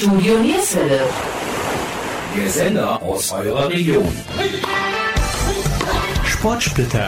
Studio Nierswelle. Der Sender aus eurer Region. Sportsplitter.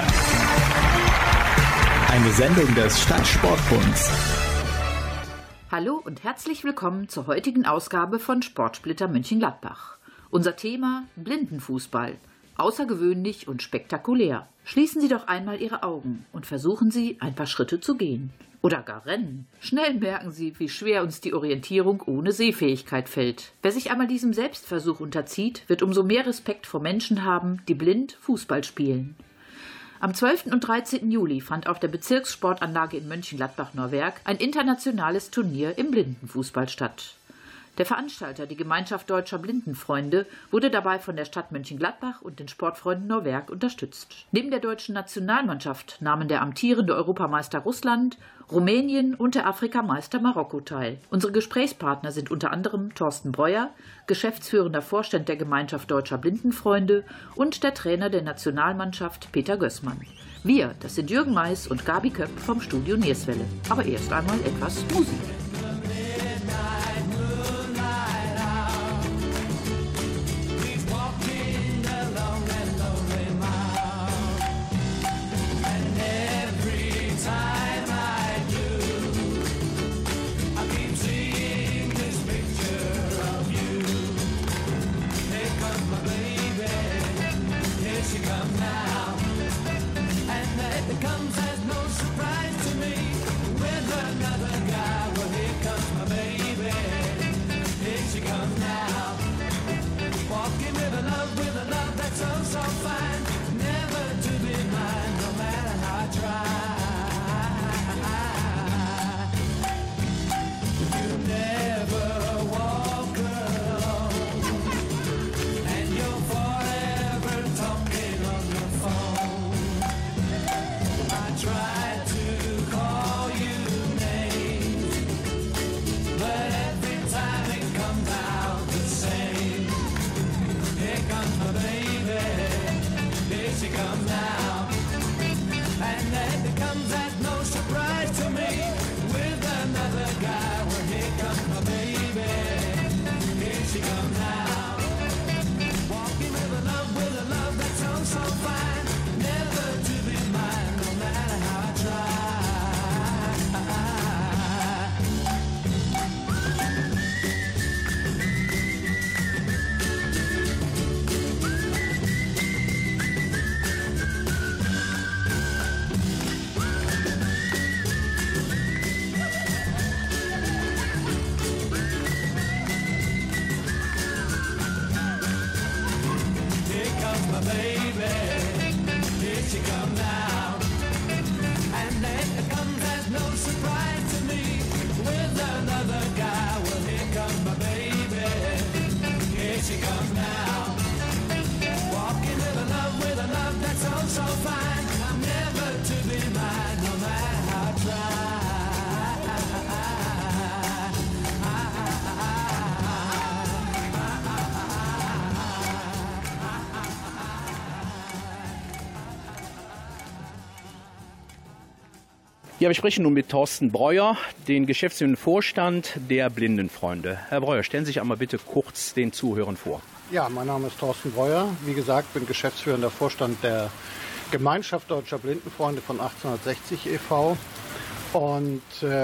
Eine Sendung des Stadtsportbunds. Hallo und herzlich willkommen zur heutigen Ausgabe von Sportsplitter Mönchengladbach. Unser Thema: Blindenfußball. Außergewöhnlich und spektakulär. Schließen Sie doch einmal Ihre Augen und versuchen Sie, ein paar Schritte zu gehen. Oder gar rennen. Schnell merken Sie, wie schwer uns die Orientierung ohne Sehfähigkeit fällt. Wer sich einmal diesem Selbstversuch unterzieht, wird umso mehr Respekt vor Menschen haben, die blind Fußball spielen. Am 12. und 13. Juli fand auf der Bezirkssportanlage in Mönchengladbach-Norwerk ein internationales Turnier im Blindenfußball statt. Der Veranstalter, die Gemeinschaft Deutscher Blindenfreunde, wurde dabei von der Stadt Mönchengladbach und den Sportfreunden Norwerk unterstützt. Neben der deutschen Nationalmannschaft nahmen der amtierende Europameister Russland, Rumänien und der Afrikameister Marokko teil. Unsere Gesprächspartner sind unter anderem Thorsten Breuer, geschäftsführender Vorstand der Gemeinschaft Deutscher Blindenfreunde, und der Trainer der Nationalmannschaft Peter Gößmann. Wir, das sind Jürgen Mais und Gabi Köpp vom Studio Nierswelle. Aber erst einmal etwas Musik. Ja, wir sprechen nun mit Thorsten Breuer, den geschäftsführenden Vorstand der Blindenfreunde. Herr Breuer, stellen Sie sich einmal bitte kurz den Zuhörern vor. Ja, mein Name ist Thorsten Breuer. Wie gesagt, bin geschäftsführender Vorstand der Gemeinschaft Deutscher Blindenfreunde von 1860 e.V. und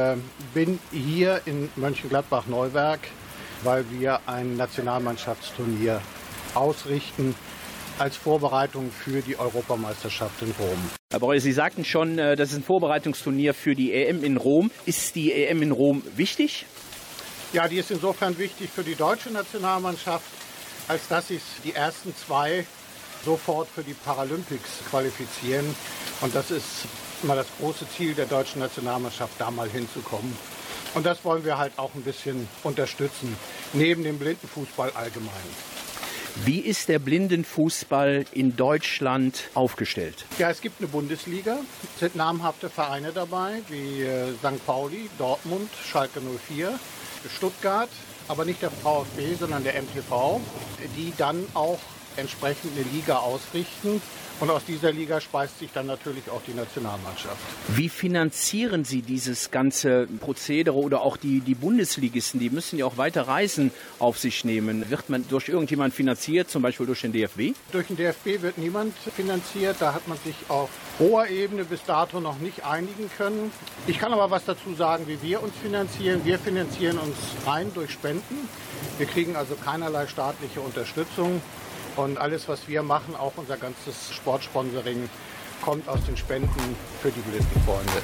bin hier in Mönchengladbach-Neuwerk, weil wir ein Nationalmannschaftsturnier ausrichten als Vorbereitung für die Europameisterschaft in Rom. Herr Breuer, Sie sagten schon, das ist ein Vorbereitungsturnier für die EM in Rom. Ist die EM in Rom wichtig? Ja, die ist insofern wichtig für die deutsche Nationalmannschaft, als dass sich die ersten zwei sofort für die Paralympics qualifizieren. Und das ist immer das große Ziel der deutschen Nationalmannschaft, da mal hinzukommen. Und das wollen wir halt auch ein bisschen unterstützen, neben dem Blindenfußball allgemein. Wie ist der Blindenfußball in Deutschland aufgestellt? Ja, es gibt eine Bundesliga, es sind namhafte Vereine dabei, wie St. Pauli, Dortmund, Schalke 04, Stuttgart, aber nicht der VfB, sondern der MTV, die dann auch entsprechend eine Liga ausrichten. Und aus dieser Liga speist sich dann natürlich auch die Nationalmannschaft. Wie finanzieren Sie dieses ganze Prozedere oder auch die Bundesligisten? Die müssen ja auch weite Reisen auf sich nehmen. Wird man durch irgendjemand finanziert, zum Beispiel durch den DFB? Durch den DFB wird niemand finanziert. Da hat man sich auf hoher Ebene bis dato noch nicht einigen können. Ich kann aber was dazu sagen, wie wir uns finanzieren. Wir finanzieren uns rein durch Spenden. Wir kriegen also keinerlei staatliche Unterstützung. Und alles, was wir machen, auch unser ganzes Sportsponsoring, kommt aus den Spenden für die Blindenfreunde.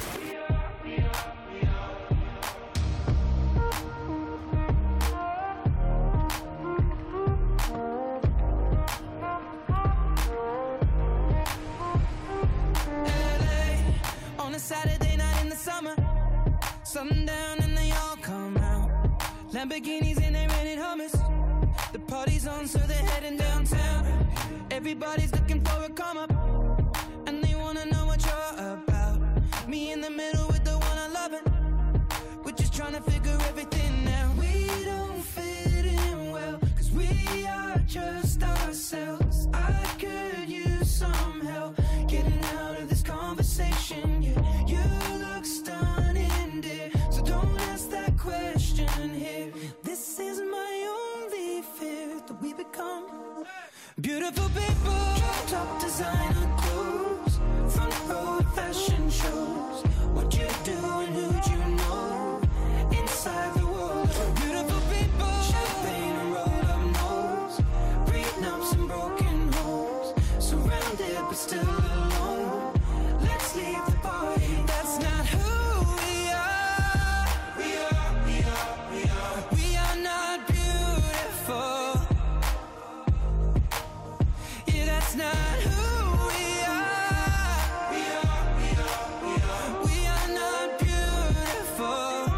Lamborghinis and they rented hummus. The party's on, so they're heading downtown. Everybody's looking for a come up, and they wanna know what you're about. Me in the middle with the one I love it. We're just trying to figure everything out. We don't fit in well, 'cause we are just ourselves. I could use some help getting out of this conversation. Yeah, you look stunning, dear, so don't ask that question here. This is my only fear, that we become beautiful people. Top designer clothes, front row fashion shows. What you do and who'd you know? Inside the world, beautiful people. Champagne and rolled up nose, prenups and broken homes. Surrounded but still alone. Let's leave the party. That's not who we are. We are not beautiful. Yeah, that's not who we are. We are not beautiful.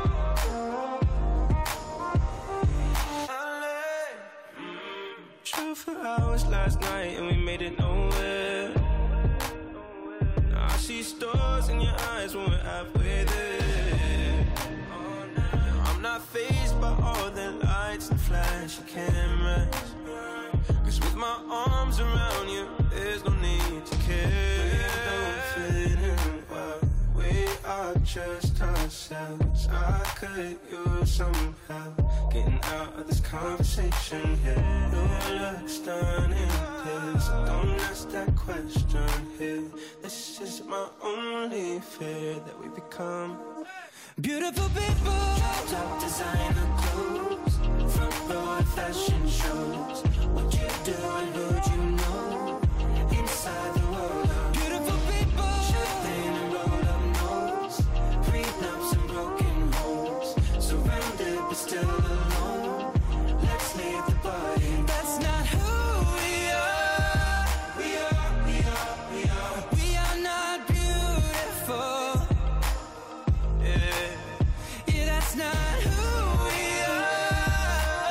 Drove for hours last night and we made it nowhere. Now I see stars in your eyes when we're halfway there. I'm not fazed by all the lights and flashy cameras, 'cause with my arms around you, there's no need to care. We don't fit in well, we are just ourselves. I could use some help getting out of this conversation here. You look stunning, dear, so don't ask that question here. This is my only fear, that we become beautiful people. Top designer clothes, front row fashion shows. What you do and who'd you know? Inside the world, beautiful people. Champagne and rolled up nose, prenups and broken homes. Surrounded but still alone. Let's leave the party. That's not who we are. We are not beautiful. Yeah, that's not who we are.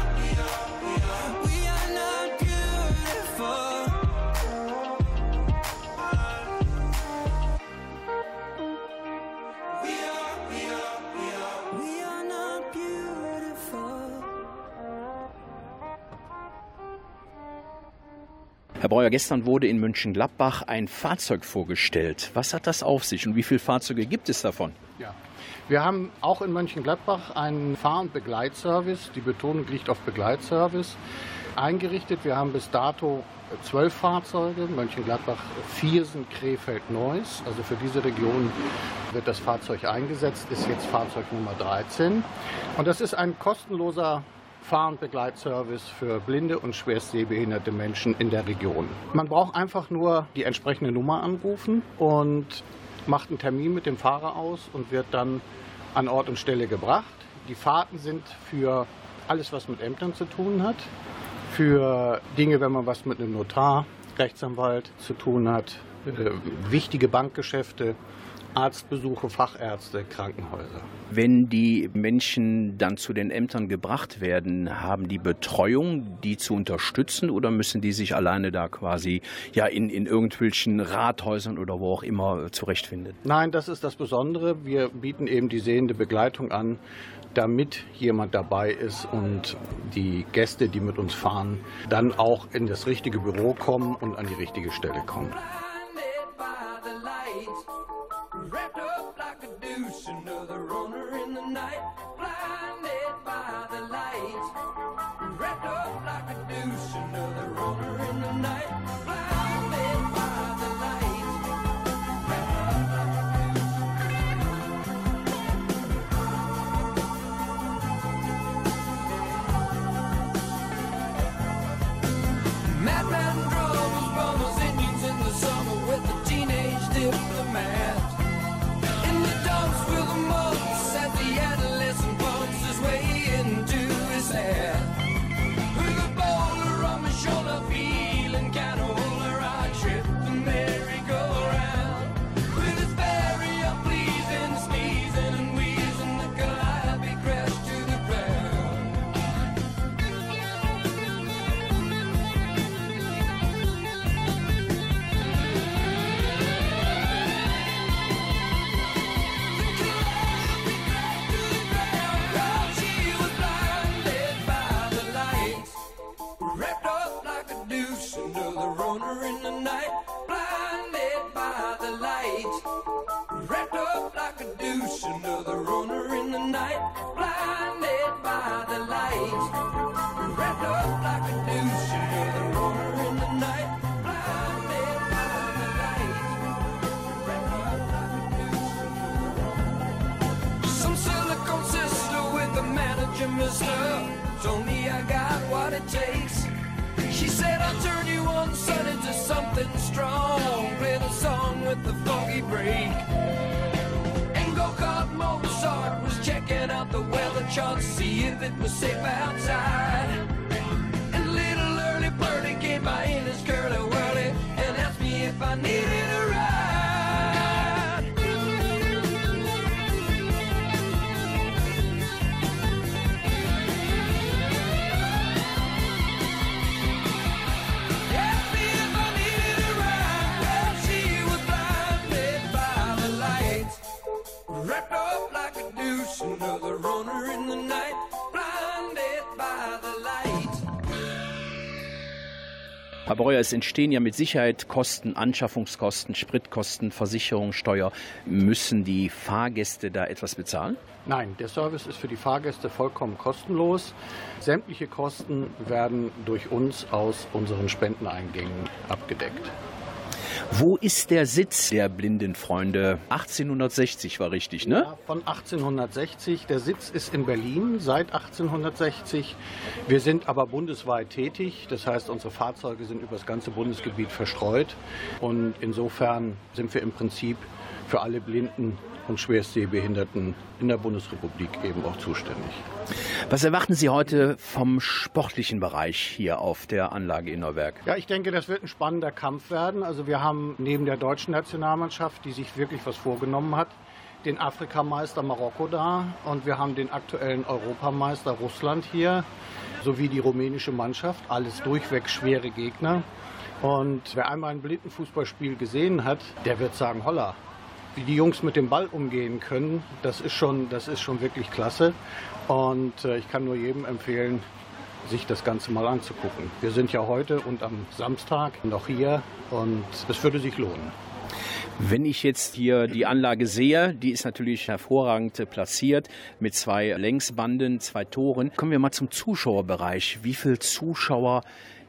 We are not beautiful. We are not beautiful. Herr Breuer, gestern wurde in Mönchengladbach ein Fahrzeug vorgestellt. Was hat das auf sich und wie viele Fahrzeuge gibt es davon? Ja. Wir haben auch in Mönchengladbach einen Fahr- und Begleitservice, die Betonung liegt auf Begleitservice, eingerichtet. Wir haben bis dato 12 Fahrzeuge, Mönchengladbach, Viersen, Krefeld, Neuss. Also für diese Region wird das Fahrzeug eingesetzt, ist jetzt Fahrzeug Nummer 13. Und das ist ein kostenloser Fahr- und Begleitservice für blinde und schwerst sehbehinderte Menschen in der Region. Man braucht einfach nur die entsprechende Nummer anrufen und macht einen Termin mit dem Fahrer aus und wird dann an Ort und Stelle gebracht. Die Fahrten sind für alles, was mit Ämtern zu tun hat, für Dinge, wenn man was mit einem Notar, Rechtsanwalt zu tun hat, wichtige Bankgeschäfte, Arztbesuche, Fachärzte, Krankenhäuser. Wenn die Menschen dann zu den Ämtern gebracht werden, haben die Betreuung, die zu unterstützen, oder müssen die sich alleine da quasi in irgendwelchen Rathäusern oder wo auch immer zurechtfinden? Nein, das ist das Besondere. Wir bieten eben die sehende Begleitung an, damit jemand dabei ist und die Gäste, die mit uns fahren, dann auch in das richtige Büro kommen und an die richtige Stelle kommen. Wrapped up like a deuce, another runner in the night. Blinded by the lights. Wrapped up like a deuce, another runner in the night. Blinded by the lights. Madman drummers, bummers, Indians in the summer with the teenage diplomats. With the months as the adolescent bumps his way into his hair. With a boulder on my shoulder, feeling kind of older, I trip the merry-go-round. With his very unpleasing sneezing and wheezing, the Calliope crashed to the ground. Another runner in the night, blinded by the lights. Wrapped up like a deuce, another runner in the night, blinded by the lights. Wrapped up like a deuce, another runner in the night, blinded by the lights. Wrapped up like a deuce. Some silicone sister with a manager, mister, told me I got what it takes. She said I'll turn you on, son, into something strong. Play the song with the funky break. And go-kart Mozart was checking out the weather chart, see if it was safe outside. And little early birdie came by in his curly-whirly and asked me if I needed a ride. Wrapped up like a deuce, another runner in the night, blinded by the light. Herr Breuer, es entstehen ja mit Sicherheit Kosten, Anschaffungskosten, Spritkosten, Versicherung, Steuer. Müssen die Fahrgäste da etwas bezahlen? Nein, der Service ist für die Fahrgäste vollkommen kostenlos. Sämtliche Kosten werden durch uns aus unseren Spendeneingängen abgedeckt. Wo ist der Sitz der Blindenfreunde? 1860 war richtig, ne? Ja, von 1860. Der Sitz ist in Berlin seit 1860. Wir sind aber bundesweit tätig. Das heißt, unsere Fahrzeuge sind über das ganze Bundesgebiet verstreut. Und insofern sind wir im Prinzip für alle Blinden und schwerst Sehbehinderten in der Bundesrepublik eben auch zuständig. Was erwarten Sie heute vom sportlichen Bereich hier auf der Anlage Innerberg? Ja, ich denke, das wird ein spannender Kampf werden. Also wir haben neben der deutschen Nationalmannschaft, die sich wirklich was vorgenommen hat, den Afrikameister Marokko da und wir haben den aktuellen Europameister Russland hier, sowie die rumänische Mannschaft, alles durchweg schwere Gegner. Und wer einmal ein Blindenfußballspiel gesehen hat, der wird sagen, holla, wie die Jungs mit dem Ball umgehen können, das ist schon wirklich klasse. Und ich kann nur jedem empfehlen, sich das Ganze mal anzugucken. Wir sind ja heute und am Samstag noch hier und es würde sich lohnen. Wenn ich jetzt hier die Anlage sehe, die ist natürlich hervorragend platziert mit 2 Längsbanden, 2 Toren. Kommen wir mal zum Zuschauerbereich. Wie viele Zuschauer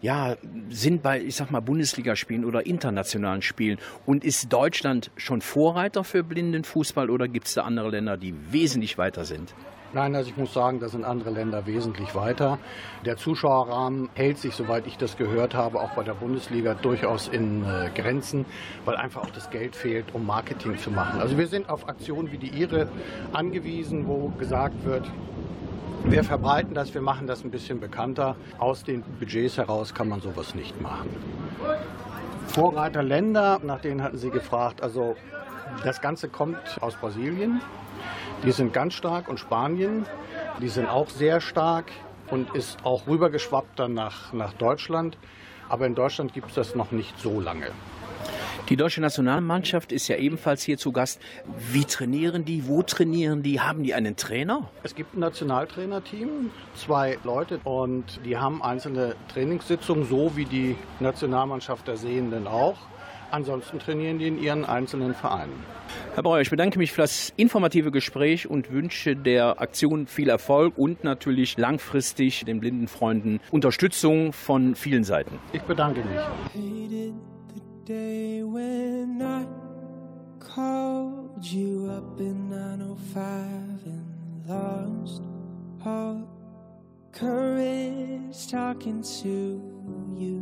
sind bei, ich sag mal, Bundesligaspielen oder internationalen Spielen? Und ist Deutschland schon Vorreiter für Blindenfußball oder gibt es da andere Länder, die wesentlich weiter sind? Nein, also ich muss sagen, da sind andere Länder wesentlich weiter. Der Zuschauerrahmen hält sich, soweit ich das gehört habe, auch bei der Bundesliga durchaus in Grenzen, weil einfach auch das Geld fehlt, um Marketing zu machen. Also wir sind auf Aktionen wie die Ihre angewiesen, wo gesagt wird, wir verbreiten das, wir machen das ein bisschen bekannter. Aus den Budgets heraus kann man sowas nicht machen. Vorreiterländer, nach denen hatten Sie gefragt. Also das Ganze kommt aus Brasilien. Die sind ganz stark, und Spanien. Die sind auch sehr stark und ist auch rübergeschwappt dann nach Deutschland. Aber in Deutschland gibt es das noch nicht so lange. Die deutsche Nationalmannschaft ist ja ebenfalls hier zu Gast. Wie trainieren die? Wo trainieren die? Haben die einen Trainer? Es gibt ein Nationaltrainerteam, 2 Leute, und die haben einzelne Trainingssitzungen, so wie die Nationalmannschaft der Sehenden auch. Ansonsten trainieren die in ihren einzelnen Vereinen. Herr Breuer, ich bedanke mich für das informative Gespräch und wünsche der Aktion viel Erfolg und natürlich langfristig den Blindenfreunden Unterstützung von vielen Seiten. Ich bedanke mich. Day when I called you up in 905 and lost all courage talking to you.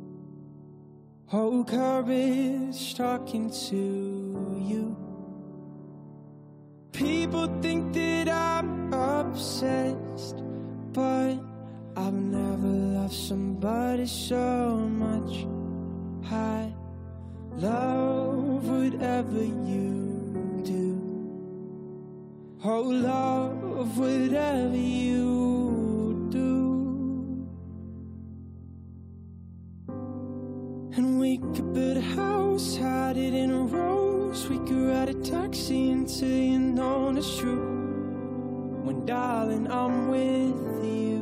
Oh, courage talking to you. People think that I'm obsessed, but I've never loved somebody so much. I love whatever you do. Oh, love whatever you do. And we could build a house, hide it in a rose. We could ride a taxi until you know it's true. When, darling, I'm with you.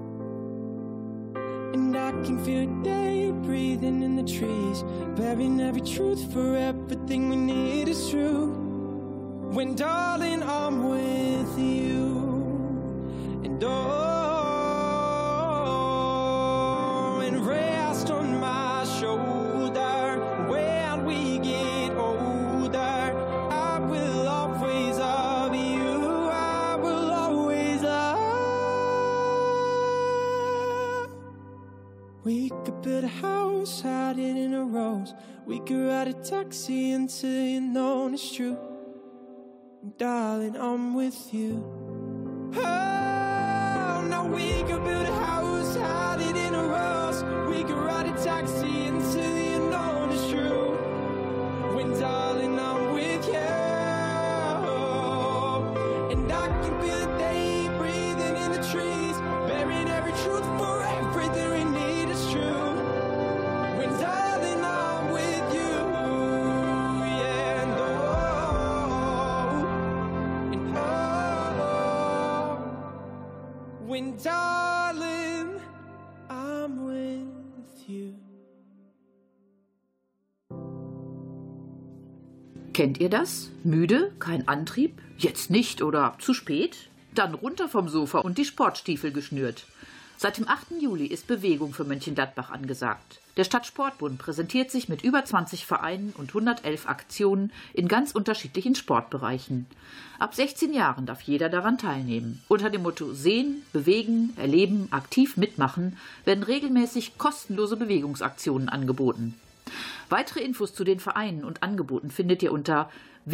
And I can feel day breathing in the trees, burying every truth for everything we need is true. When, darling, I'm with you. And oh, and rest on my shoulder. When we get older, I will always love you. I will always love. We could build a house, hide it in a rose. We could ride a taxi until you know it's true. Darling, I'm with you. Oh, now we could build a house, hide it in a rose. We could ride a taxi until you know it's true. When, darling, I'm with you. And I can feel the day breathing in the trees, burying every truth for everything we need is true. When, darling, I'm with you. Yeah, and oh, when, darling, I'm with you. Kennt ihr das? Müde? Kein Antrieb? Jetzt nicht oder zu spät? Dann runter vom Sofa und die Sportstiefel geschnürt. Seit dem 8. Juli ist Bewegung für Mönchengladbach angesagt. Der Stadtsportbund präsentiert sich mit über 20 Vereinen und 111 Aktionen in ganz unterschiedlichen Sportbereichen. Ab 16 Jahren darf jeder daran teilnehmen. Unter dem Motto Sehen, Bewegen, Erleben, aktiv mitmachen werden regelmäßig kostenlose Bewegungsaktionen angeboten. Weitere Infos zu den Vereinen und Angeboten findet ihr unter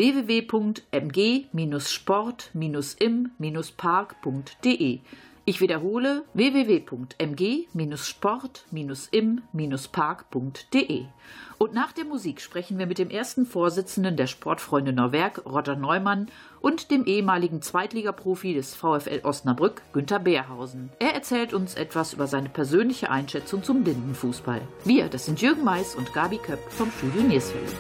www.mg-sport-im-park.de. Ich wiederhole www.mg-sport-im-park.de. Und nach der Musik sprechen wir mit dem ersten Vorsitzenden der Sportfreunde Neuwerk, Roger Neumann, und dem ehemaligen Zweitligaprofi des VfL Osnabrück, Günter Beerhausen. Er erzählt uns etwas über seine persönliche Einschätzung zum Blindenfußball. Wir, das sind Jürgen Mais und Gabi Köpp vom Studio Niersfeld.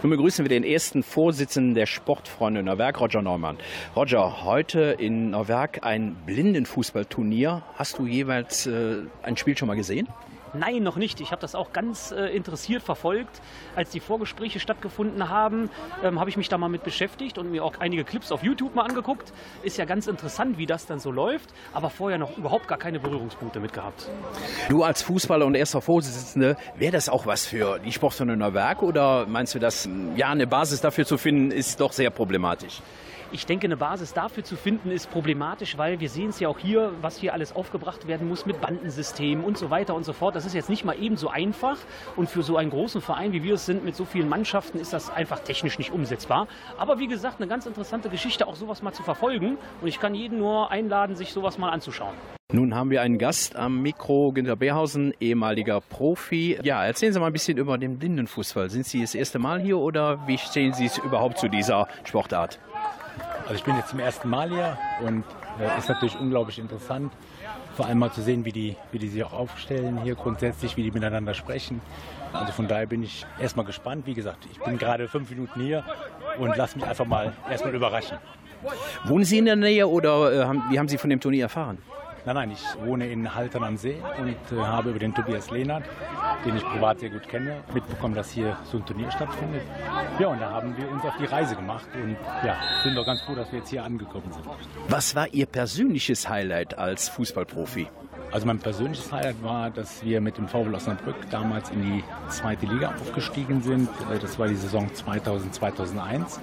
Nun begrüßen wir den ersten Vorsitzenden der Sportfreunde Neuwerk, Roger Neumann. Roger, heute in Neuwerk ein Blindenfußballturnier. Hast du jeweils ein Spiel schon mal gesehen? Nein, noch nicht. Ich habe das auch ganz interessiert verfolgt. Als die Vorgespräche stattgefunden haben, habe ich mich da mal mit beschäftigt und mir auch einige Clips auf YouTube mal angeguckt. Ist ja ganz interessant, wie das dann so läuft, aber vorher noch überhaupt gar keine Berührungspunkte mit gehabt. Du als Fußballer und erster Vorsitzende, wäre das auch was für die Sportfreunde Neuwerk oder meinst du, dass eine Basis dafür zu finden, ist doch sehr problematisch? Ich denke, eine Basis dafür zu finden, ist problematisch, weil wir sehen es ja auch hier, was hier alles aufgebracht werden muss mit Bandensystemen und so weiter und so fort. Das ist jetzt nicht mal eben so einfach und für so einen großen Verein, wie wir es sind, mit so vielen Mannschaften, ist das einfach technisch nicht umsetzbar. Aber wie gesagt, eine ganz interessante Geschichte, auch sowas mal zu verfolgen und ich kann jeden nur einladen, sich sowas mal anzuschauen. Nun haben wir einen Gast am Mikro, Günter Beerhausen, ehemaliger Profi. Ja, erzählen Sie mal ein bisschen über den Blindenfußball. Sind Sie das erste Mal hier oder wie stehen Sie überhaupt zu dieser Sportart? Also ich bin jetzt zum ersten Mal hier und ist natürlich unglaublich interessant, vor allem mal zu sehen, wie die sich auch aufstellen hier grundsätzlich, wie die miteinander sprechen. Also von daher bin ich erstmal gespannt. Wie gesagt, ich bin gerade 5 Minuten hier und lasse mich einfach mal erstmal überraschen. Wohnen Sie in der Nähe oder wie haben Sie von dem Turnier erfahren? Nein, ich wohne in Haltern am See und habe über den Tobias Lehnert, den ich privat sehr gut kenne, mitbekommen, dass hier so ein Turnier stattfindet. Ja, und da haben wir uns auf die Reise gemacht und ja, sind doch ganz froh, dass wir jetzt hier angekommen sind. Was war Ihr persönliches Highlight als Fußballprofi? Also mein persönliches Highlight war, dass wir mit dem VfL Osnabrück damals in die 2. Liga aufgestiegen sind. Das war die Saison 2000/2001.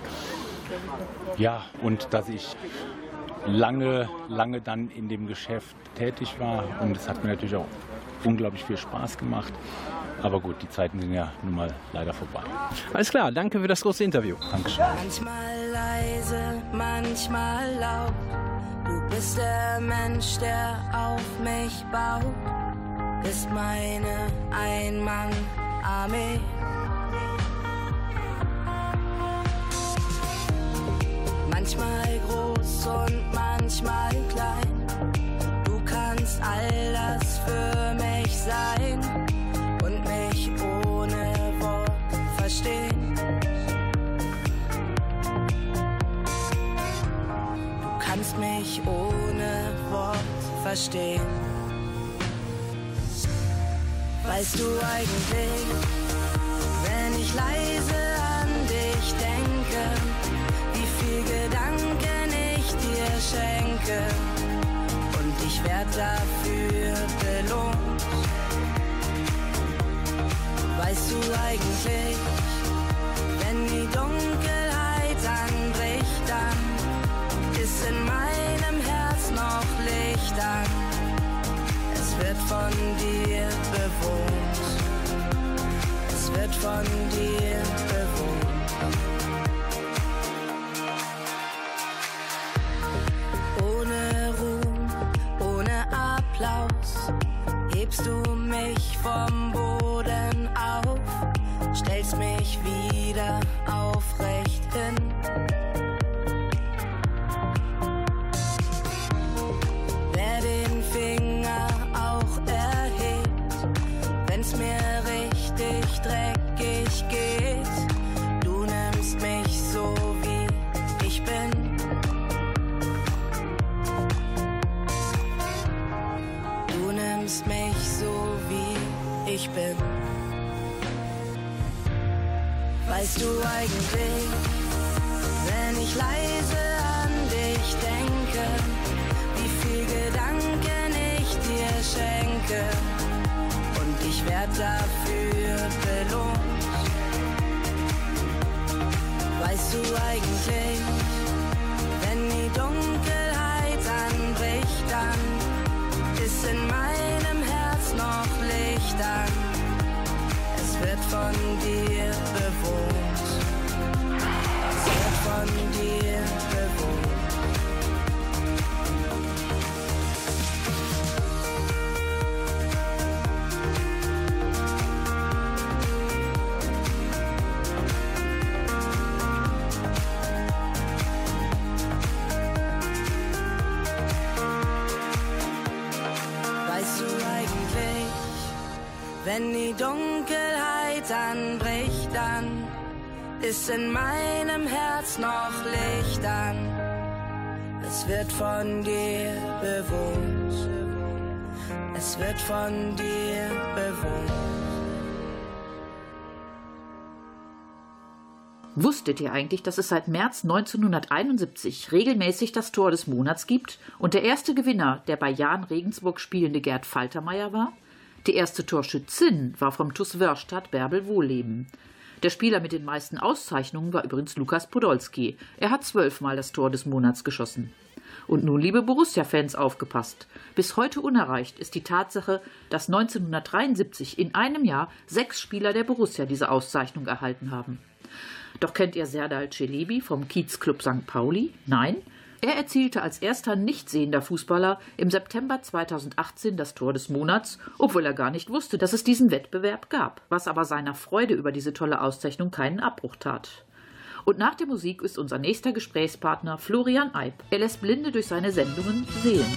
Ja, und dass ich lange dann in dem Geschäft tätig war und es hat mir natürlich auch unglaublich viel Spaß gemacht. Aber gut, die Zeiten sind ja nun mal leider vorbei. Alles klar, danke für das große Interview. Dankeschön. Manchmal leise, manchmal laut. Du bist der Mensch, der auf mich baut. Bist meine Ein-Mann-Armee. Manchmal groß und manchmal klein. Du kannst all das für mich sein und mich ohne Wort verstehen. Du kannst mich ohne Wort verstehen. Weißt du eigentlich, wenn ich leise an dich denke, wie viel Gedanken ich dir schenke und ich werd dafür belohnt. Weißt du eigentlich, wenn die Dunkelheit anbricht, dann ist in meinem Herz noch Licht an. Es wird von dir bewohnt. Es wird von dir bewohnt. Hebst du mich vom Boden auf, stellst mich wieder aufrecht hin. Wer den Finger auch erhebt, wenn's mir richtig dreckig geht, du nimmst mich so wie ich bin. Mich so wie ich bin. Weißt du eigentlich, wenn ich leise an dich denke, wie viel Gedanken ich dir schenke und ich werd dafür belohnt. Weißt du eigentlich, wenn die Dunkelheit anbricht, dann ist in meinem Herz noch Licht an. Es wird von dir bewohnt. Es wird von dir bewohnt. Wenn die Dunkelheit anbricht, dann ist in meinem Herz noch Licht an. Es wird von dir bewohnt. Es wird von dir bewohnt. Wusstet ihr eigentlich, dass es seit März 1971 regelmäßig das Tor des Monats gibt und der erste Gewinner der bei Jahn Regensburg spielende Gerd Faltermeier war? Die erste Torschützin war vom TuS Wörrstadt Bärbel Wohlleben. Der Spieler mit den meisten Auszeichnungen war übrigens Lukas Podolski. Er hat 12-mal das Tor des Monats geschossen. Und nun, liebe Borussia-Fans, aufgepasst. Bis heute unerreicht ist die Tatsache, dass 1973 in einem Jahr 6 Spieler der Borussia diese Auszeichnung erhalten haben. Doch kennt ihr Serdal Celebi vom Kiezclub St. Pauli? Nein? Er erzielte als erster nicht sehender Fußballer im September 2018 das Tor des Monats, obwohl er gar nicht wusste, dass es diesen Wettbewerb gab, was aber seiner Freude über diese tolle Auszeichnung keinen Abbruch tat. Und nach der Musik ist unser nächster Gesprächspartner Florian Eib. Er lässt Blinde durch seine Sendungen sehen.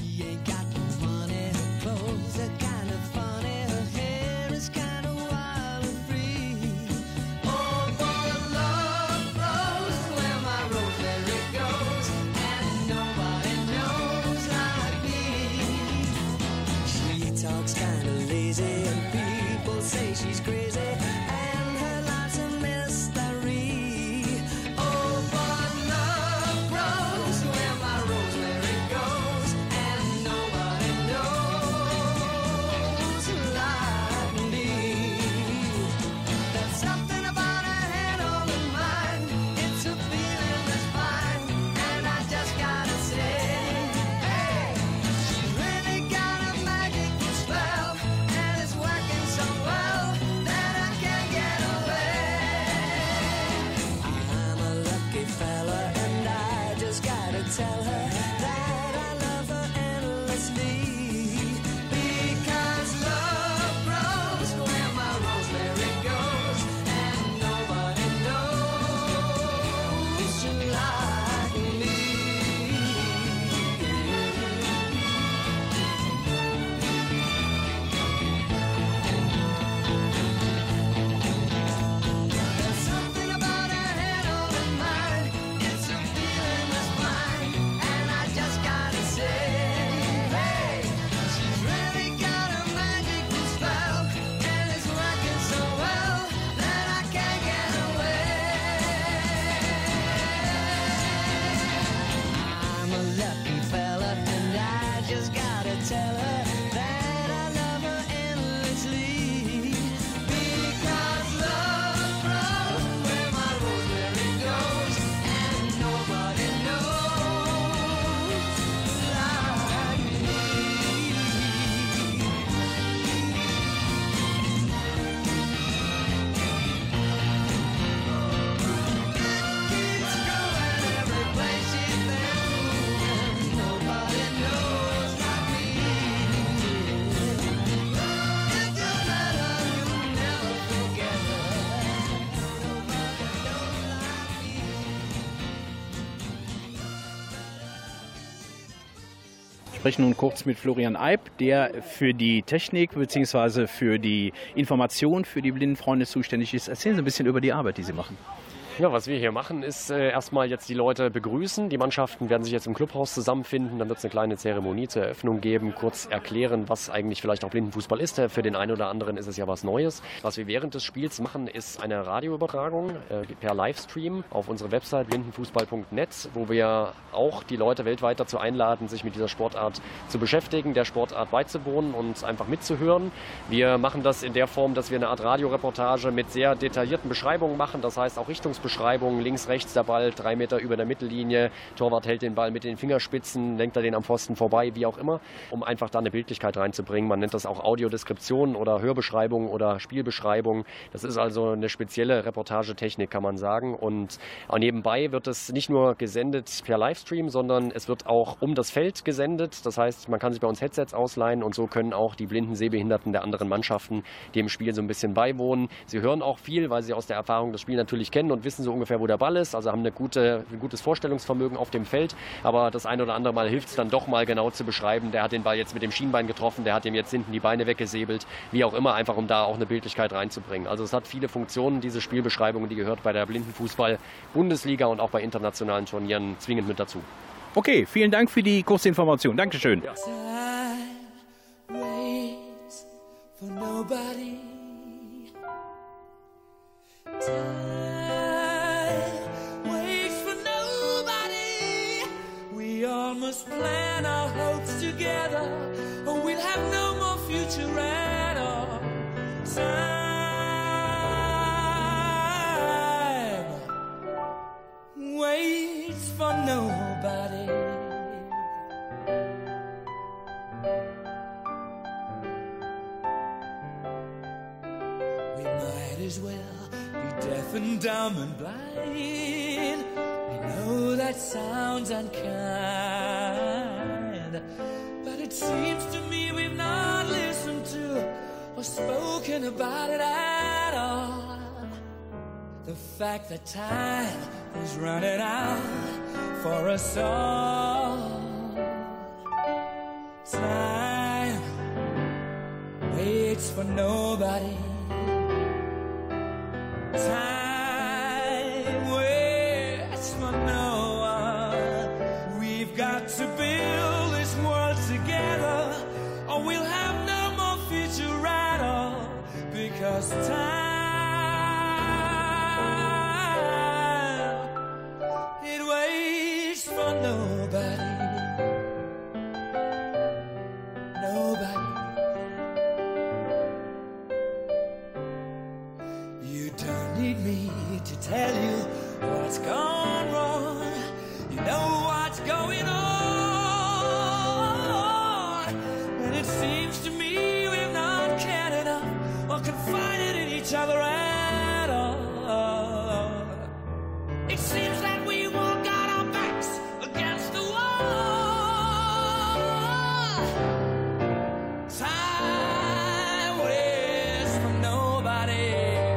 Wir sprechen nun kurz mit Florian Eib, der für die Technik bzw. für die Information für die Blindenfreunde zuständig ist. Erzählen Sie ein bisschen über die Arbeit, die Sie machen. Ja, was wir hier machen, ist erstmal jetzt die Leute begrüßen. Die Mannschaften werden sich jetzt im Clubhaus zusammenfinden. Dann wird es eine kleine Zeremonie zur Eröffnung geben. Kurz erklären, was eigentlich vielleicht auch Blindenfußball ist. Für den einen oder anderen ist es ja was Neues. Was wir während des Spiels machen, ist eine Radioübertragung per Livestream auf unsere Website blindenfußball.net, wo wir auch die Leute weltweit dazu einladen, sich mit dieser Sportart zu beschäftigen, der Sportart beizuwohnen und einfach mitzuhören. Wir machen das in der Form, dass wir eine Art Radioreportage mit sehr detaillierten Beschreibungen machen. Das heißt auch Richtungsbeschreibungen, links, rechts der Ball, 3 Meter über der Mittellinie, Torwart hält den Ball mit den Fingerspitzen, lenkt er den am Pfosten vorbei, wie auch immer, um einfach da eine Bildlichkeit reinzubringen. Man nennt das auch Audiodeskription oder Hörbeschreibung oder Spielbeschreibung. Das ist also eine spezielle Reportagetechnik, kann man sagen. Und nebenbei wird es nicht nur gesendet per Livestream, sondern es wird auch um das Feld gesendet. Das heißt, man kann sich bei uns Headsets ausleihen und so können auch die blinden Sehbehinderten der anderen Mannschaften dem Spiel so ein bisschen beiwohnen. Sie hören auch viel, weil sie aus der Erfahrung das Spiel natürlich kennen und wissen, wissen so ungefähr, wo der Ball ist, also haben ein gutes Vorstellungsvermögen auf dem Feld. Aber das eine oder andere Mal hilft es dann doch mal genau zu beschreiben, der hat den Ball jetzt mit dem Schienbein getroffen, der hat ihm jetzt hinten die Beine weggesäbelt, wie auch immer, einfach um da auch eine Bildlichkeit reinzubringen. Also es hat viele Funktionen, diese Spielbeschreibung, die gehört bei der Blindenfußball-Bundesliga und auch bei internationalen Turnieren zwingend mit dazu. Okay, vielen Dank für die kurze Information. Dankeschön. Ja. Must plan our hopes together, or we'll have no more future at all. Time waits for nobody. We might as well be deaf and dumb and blind. Oh, that sounds unkind, but it seems to me we've not listened to or spoken about it at all. The fact that time is running out for us all. Time waits for nobody. Time to build this world together, or we'll have no more future at all, because time, it waits for nobody. Nobody. You don't need me to tell you what's gone wrong. You know what's going on. Confided in each other at all. It seems like we all got our backs against the wall. Time waits for nobody.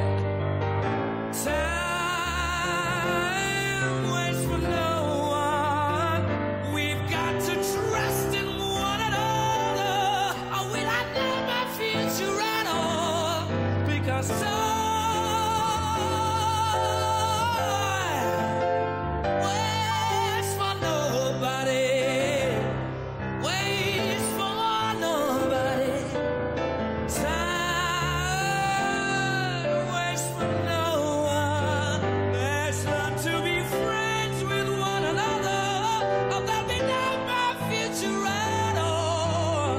Time waits for no one. We've got to trust in one another, or we'll have no more future at all. Because time waits for nobody, waits for nobody. Time waits for no one. Let's learn to be friends with one another, or there'll be no more future at all.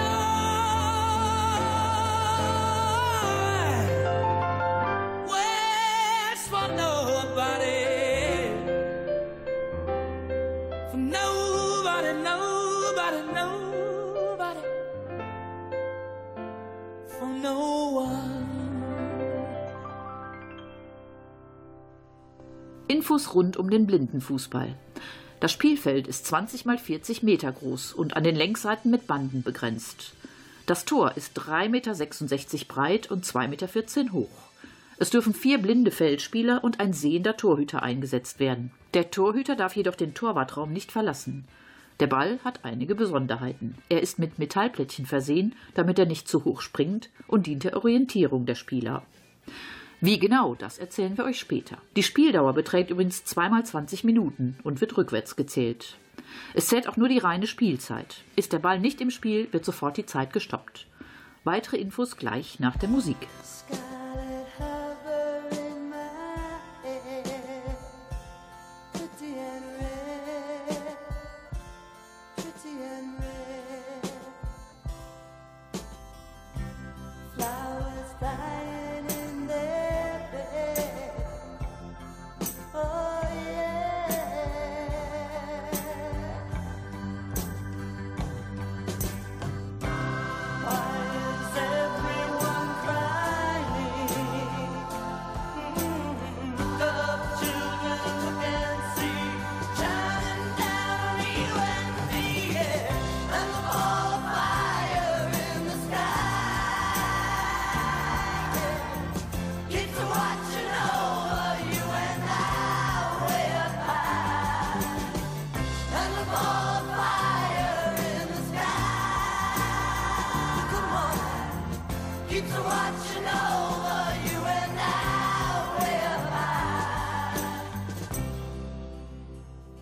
Infos rund um den Blindenfußball. Das Spielfeld ist 20 x 40 Meter groß und an den Längsseiten mit Banden begrenzt. Das Tor ist 3,66 Meter breit und 2,14 Meter hoch. Es dürfen 4 blinde Feldspieler und ein sehender Torhüter eingesetzt werden. Der Torhüter darf jedoch den Torwartraum nicht verlassen. Der Ball hat einige Besonderheiten. Er ist mit Metallplättchen versehen, damit er nicht zu hoch springt, und dient der Orientierung der Spieler. Wie genau, das erzählen wir euch später. Die Spieldauer beträgt übrigens 2 x 20 Minuten und wird rückwärts gezählt. Es zählt auch nur die reine Spielzeit. Ist der Ball nicht im Spiel, wird sofort die Zeit gestoppt. Weitere Infos gleich nach der Musik. Why is everyone crying?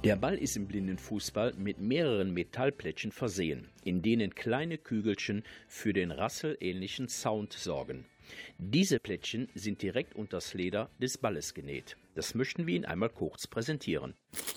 Der Ball ist im Blindenfußball mit mehreren Metallplättchen versehen, in denen kleine Kügelchen für den rasselähnlichen Sound sorgen. Diese Plättchen sind direkt unter das Leder des Balles genäht. Das möchten wir Ihnen einmal kurz präsentieren.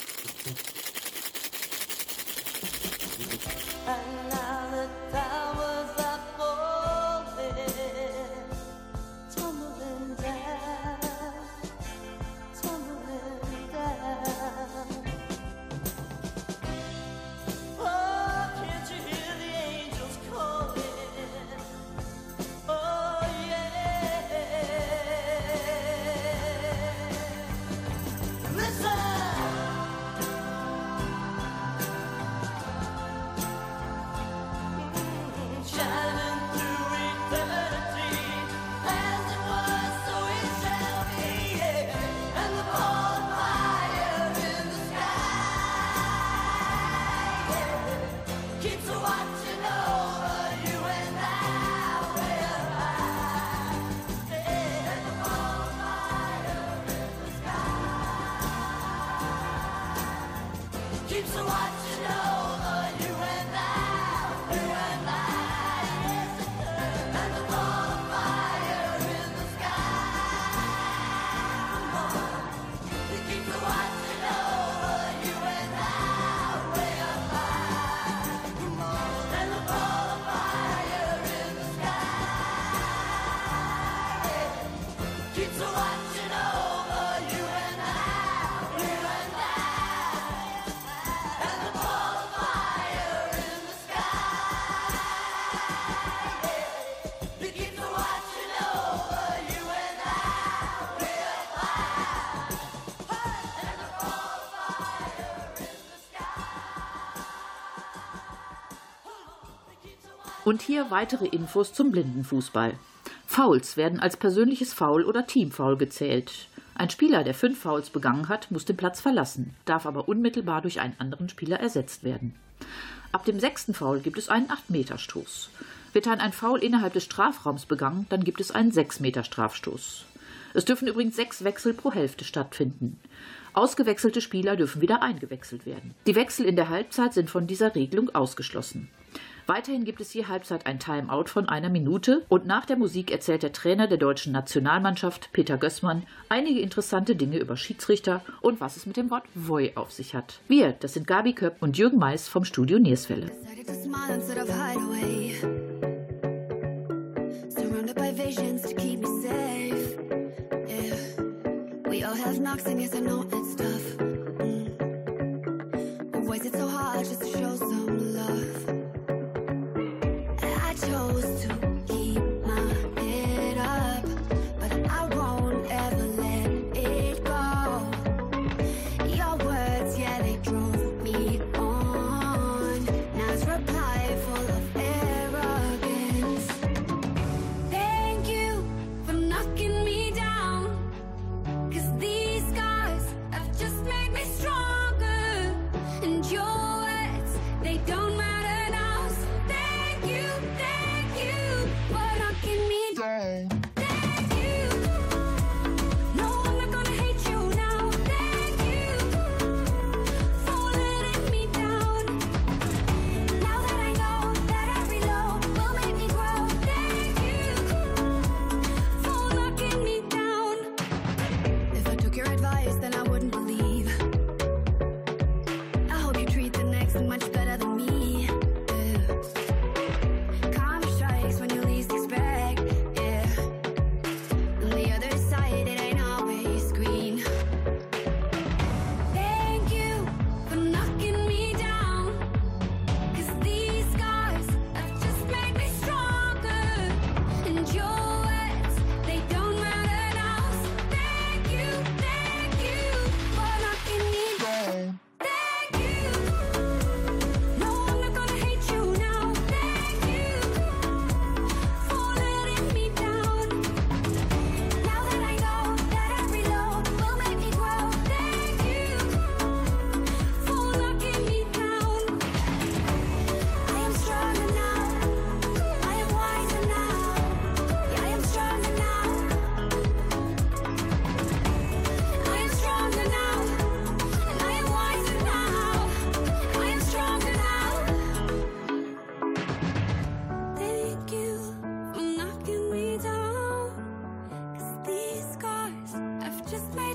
Und hier weitere Infos zum Blindenfußball. Fouls werden als persönliches Foul oder Teamfoul gezählt. Ein Spieler, der 5 Fouls begangen hat, muss den Platz verlassen, darf aber unmittelbar durch einen anderen Spieler ersetzt werden. Ab dem 6. Foul gibt es einen 8-Meter-Stoß. Wird dann ein Foul innerhalb des Strafraums begangen, dann gibt es einen 6-Meter-Strafstoß. Es dürfen übrigens 6 Wechsel pro Hälfte stattfinden. Ausgewechselte Spieler dürfen wieder eingewechselt werden. Die Wechsel in der Halbzeit sind von dieser Regelung ausgeschlossen. Weiterhin gibt es je Halbzeit ein Timeout von 1 Minute und nach der Musik erzählt der Trainer der deutschen Nationalmannschaft, Peter Gößmann, einige interessante Dinge über Schiedsrichter und was es mit dem Wort Voi auf sich hat. Wir, das sind Gabi Köpp und Jürgen Mais vom Studio Nierswelle.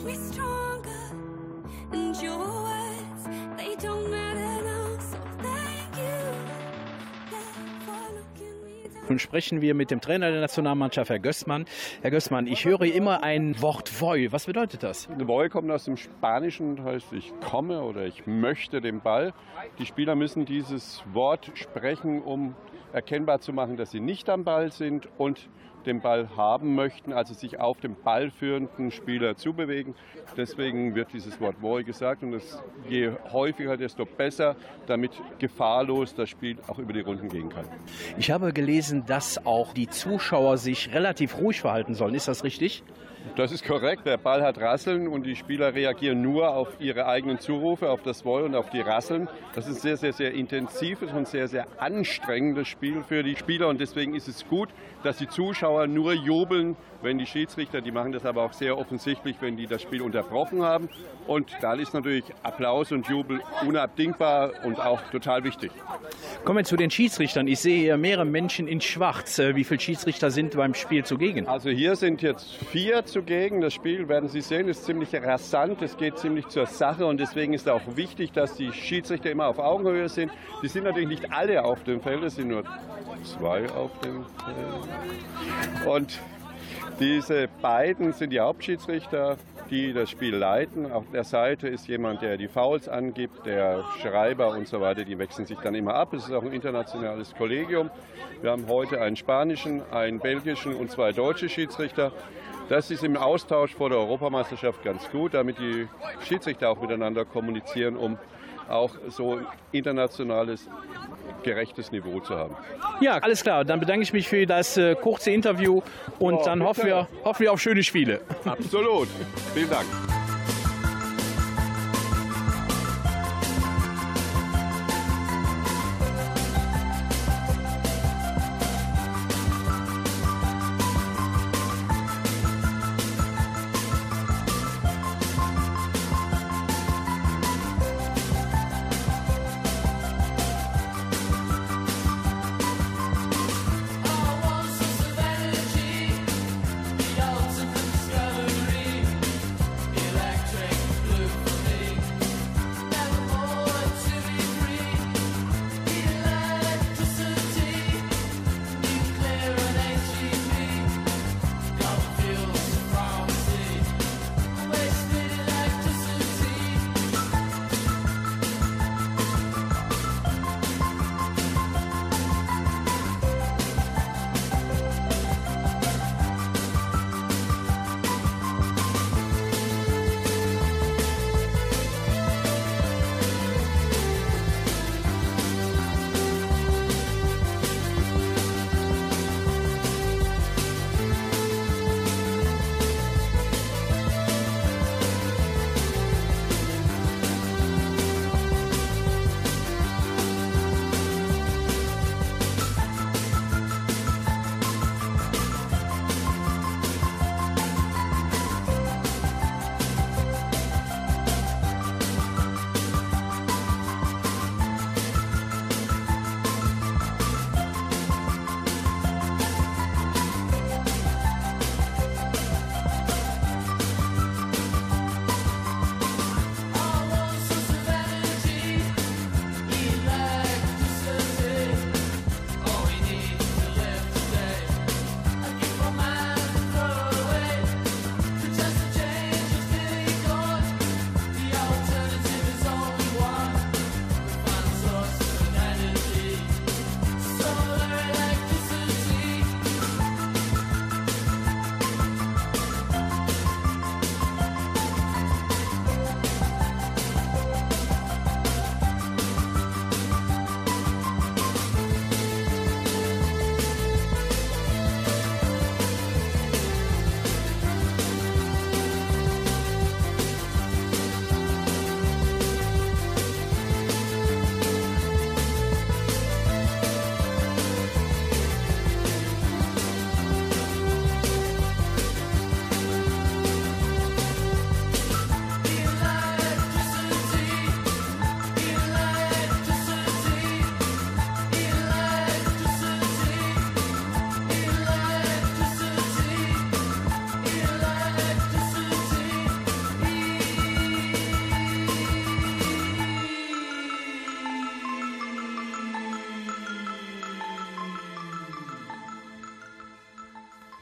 made me stronger. And your words, they don't matter now. So thank you, yeah, for looking me down. Nun sprechen wir mit dem Trainer der Nationalmannschaft, Herr Gößmann. Herr Gößmann, ich höre immer ein Wort Voy. Was bedeutet das? Voy kommt aus dem Spanischen, heißt ich komme oder ich möchte den Ball. Die Spieler müssen dieses Wort sprechen, um erkennbar zu machen, dass sie nicht am Ball sind und den Ball haben möchten, also sich auf den ballführenden Spieler zubewegen. Deswegen wird dieses Wort Voy gesagt und je häufiger, desto besser, damit gefahrlos das Spiel auch über die Runden gehen kann. Ich habe gelesen, dass auch die Zuschauer sich relativ ruhig verhalten sollen. Ist das richtig? Das ist korrekt. Der Ball hat Rasseln und die Spieler reagieren nur auf ihre eigenen Zurufe, auf das Voy und auf die Rasseln. Das ist ein sehr, sehr intensives und sehr, sehr anstrengendes Spiel für die Spieler und deswegen ist es gut, dass die Zuschauer nur jubeln, wenn die Schiedsrichter, die machen das aber auch sehr offensichtlich, wenn die das Spiel unterbrochen haben. Und dann ist natürlich Applaus und Jubel unabdingbar und auch total wichtig. Kommen wir zu den Schiedsrichtern. Ich sehe hier mehrere Menschen in Schwarz. Wie viele Schiedsrichter sind beim Spiel zugegen? Also hier sind jetzt 4 zugegen. Das Spiel, werden Sie sehen, ist ziemlich rasant. Es geht ziemlich zur Sache und deswegen ist auch wichtig, dass die Schiedsrichter immer auf Augenhöhe sind. Die sind natürlich nicht alle auf dem Feld, es sind nur 2 auf dem Feld. Und diese beiden sind die Hauptschiedsrichter, die das Spiel leiten. Auf der Seite ist jemand, der die Fouls angibt, der Schreiber und so weiter. Die wechseln sich dann immer ab. Es ist auch ein internationales Kollegium. Wir haben heute einen spanischen, einen belgischen und 2 deutsche Schiedsrichter. Das ist im Austausch vor der Europameisterschaft ganz gut, damit die Schiedsrichter auch miteinander kommunizieren, um auch so internationales, gerechtes Niveau zu haben. Ja, alles klar. Dann bedanke ich mich für das kurze Interview und dann hoffen wir auf schöne Spiele. Absolut. Vielen Dank.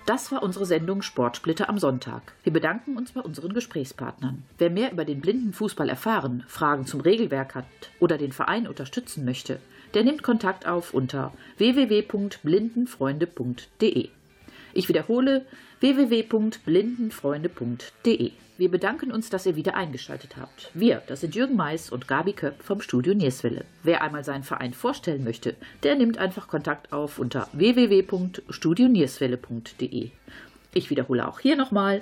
Das war unsere Sendung Sportsplitter am Sonntag. Wir bedanken uns bei unseren Gesprächspartnern. Wer mehr über den Blindenfußball erfahren, Fragen zum Regelwerk hat oder den Verein unterstützen möchte, der nimmt Kontakt auf unter www.blindenfreunde.de. Ich wiederhole, www.blindenfreunde.de. Wir bedanken uns, dass ihr wieder eingeschaltet habt. Wir, das sind Jürgen Mais und Gabi Köpp vom Studio Nierswelle. Wer einmal seinen Verein vorstellen möchte, der nimmt einfach Kontakt auf unter www.studionierswelle.de. Ich wiederhole auch hier nochmal,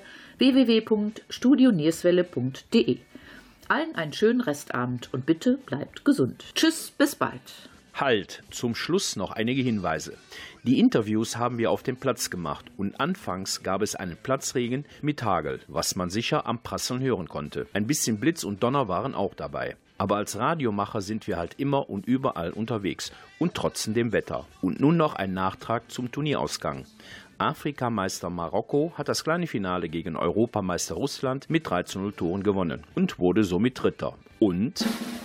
www.studionierswelle.de. Allen einen schönen Restabend und bitte bleibt gesund. Tschüss, bis bald. Halt, zum Schluss noch einige Hinweise. Die Interviews haben wir auf dem Platz gemacht und anfangs gab es einen Platzregen mit Hagel, was man sicher am Prasseln hören konnte. Ein bisschen Blitz und Donner waren auch dabei. Aber als Radiomacher sind wir halt immer und überall unterwegs und trotzen dem Wetter. Und nun noch ein Nachtrag zum Turnierausgang. Afrikameister Marokko hat das kleine Finale gegen Europameister Russland mit 3:0 Toren gewonnen und wurde somit Dritter. Und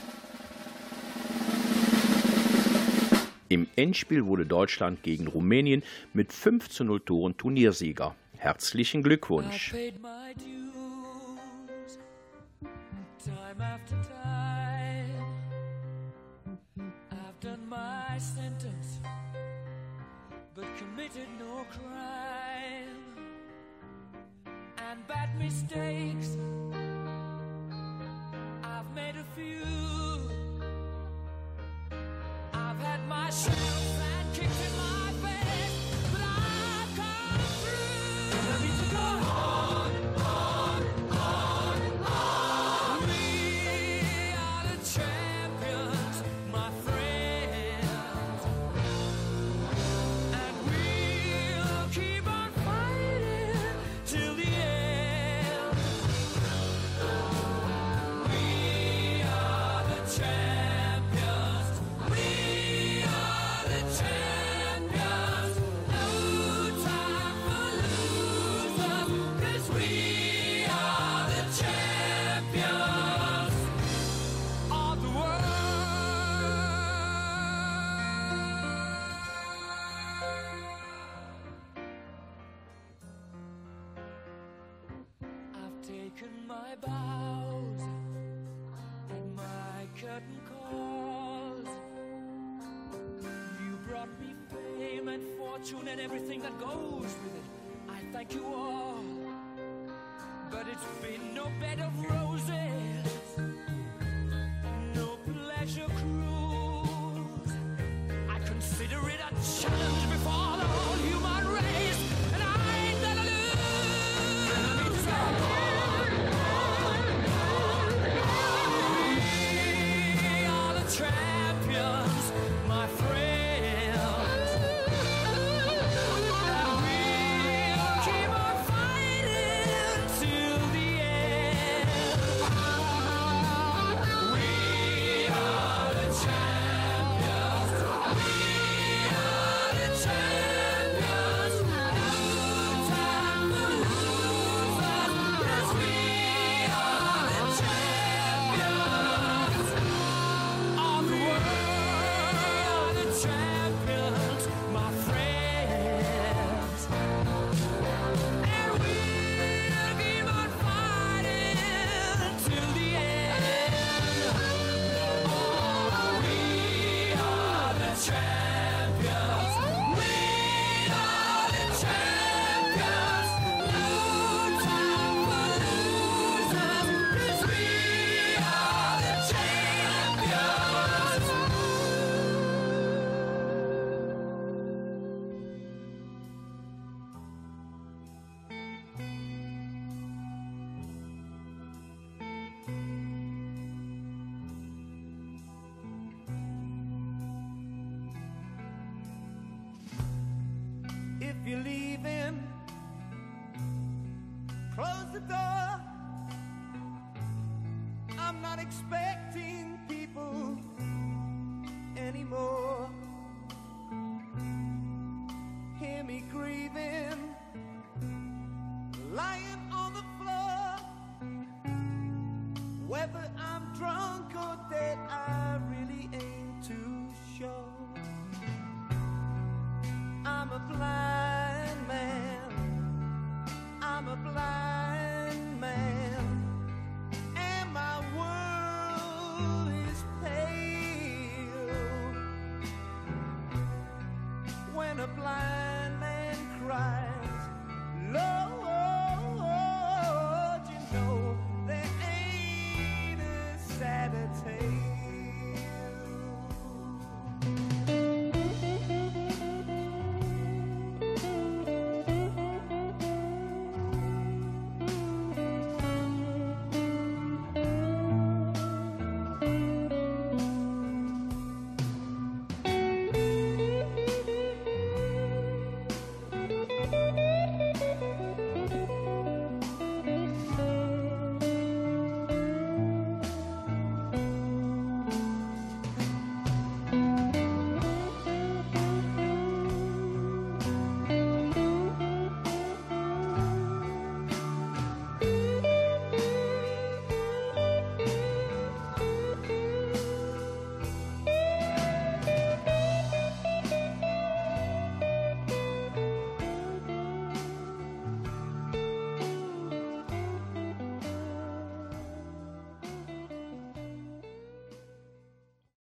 im Endspiel wurde Deutschland gegen Rumänien mit 5:0 Toren Turniersieger. Herzlichen Glückwunsch! I've had my share of bad kicks in my face, but I've come through. And I need to go on, on, on, on. We are the champions, my friends, and we'll keep on fighting till the end. We are the champions. My bows and my curtain calls. You brought me fame and fortune and everything that goes with it. I thank you all, but it's been no bed of roses, no pleasure cruise. I consider it a challenge before the whole human race, and I ain't gonna lose. Champions, my friends, and we'll keep on fighting till the end. We are the champions. We are the champions. No time for losers, 'cause we are the champions. Champions, my friends, and we'll keep on fighting till the end. Oh, we are the champions. We are the champions. No time for losers, 'cause we are the champions. If you're leaving, close the door. I'm not expecting people anymore. Hear me grieving, lying on the floor. Whether I'm drunk or dead, I really ain't too sure. I'm a blind man the blind.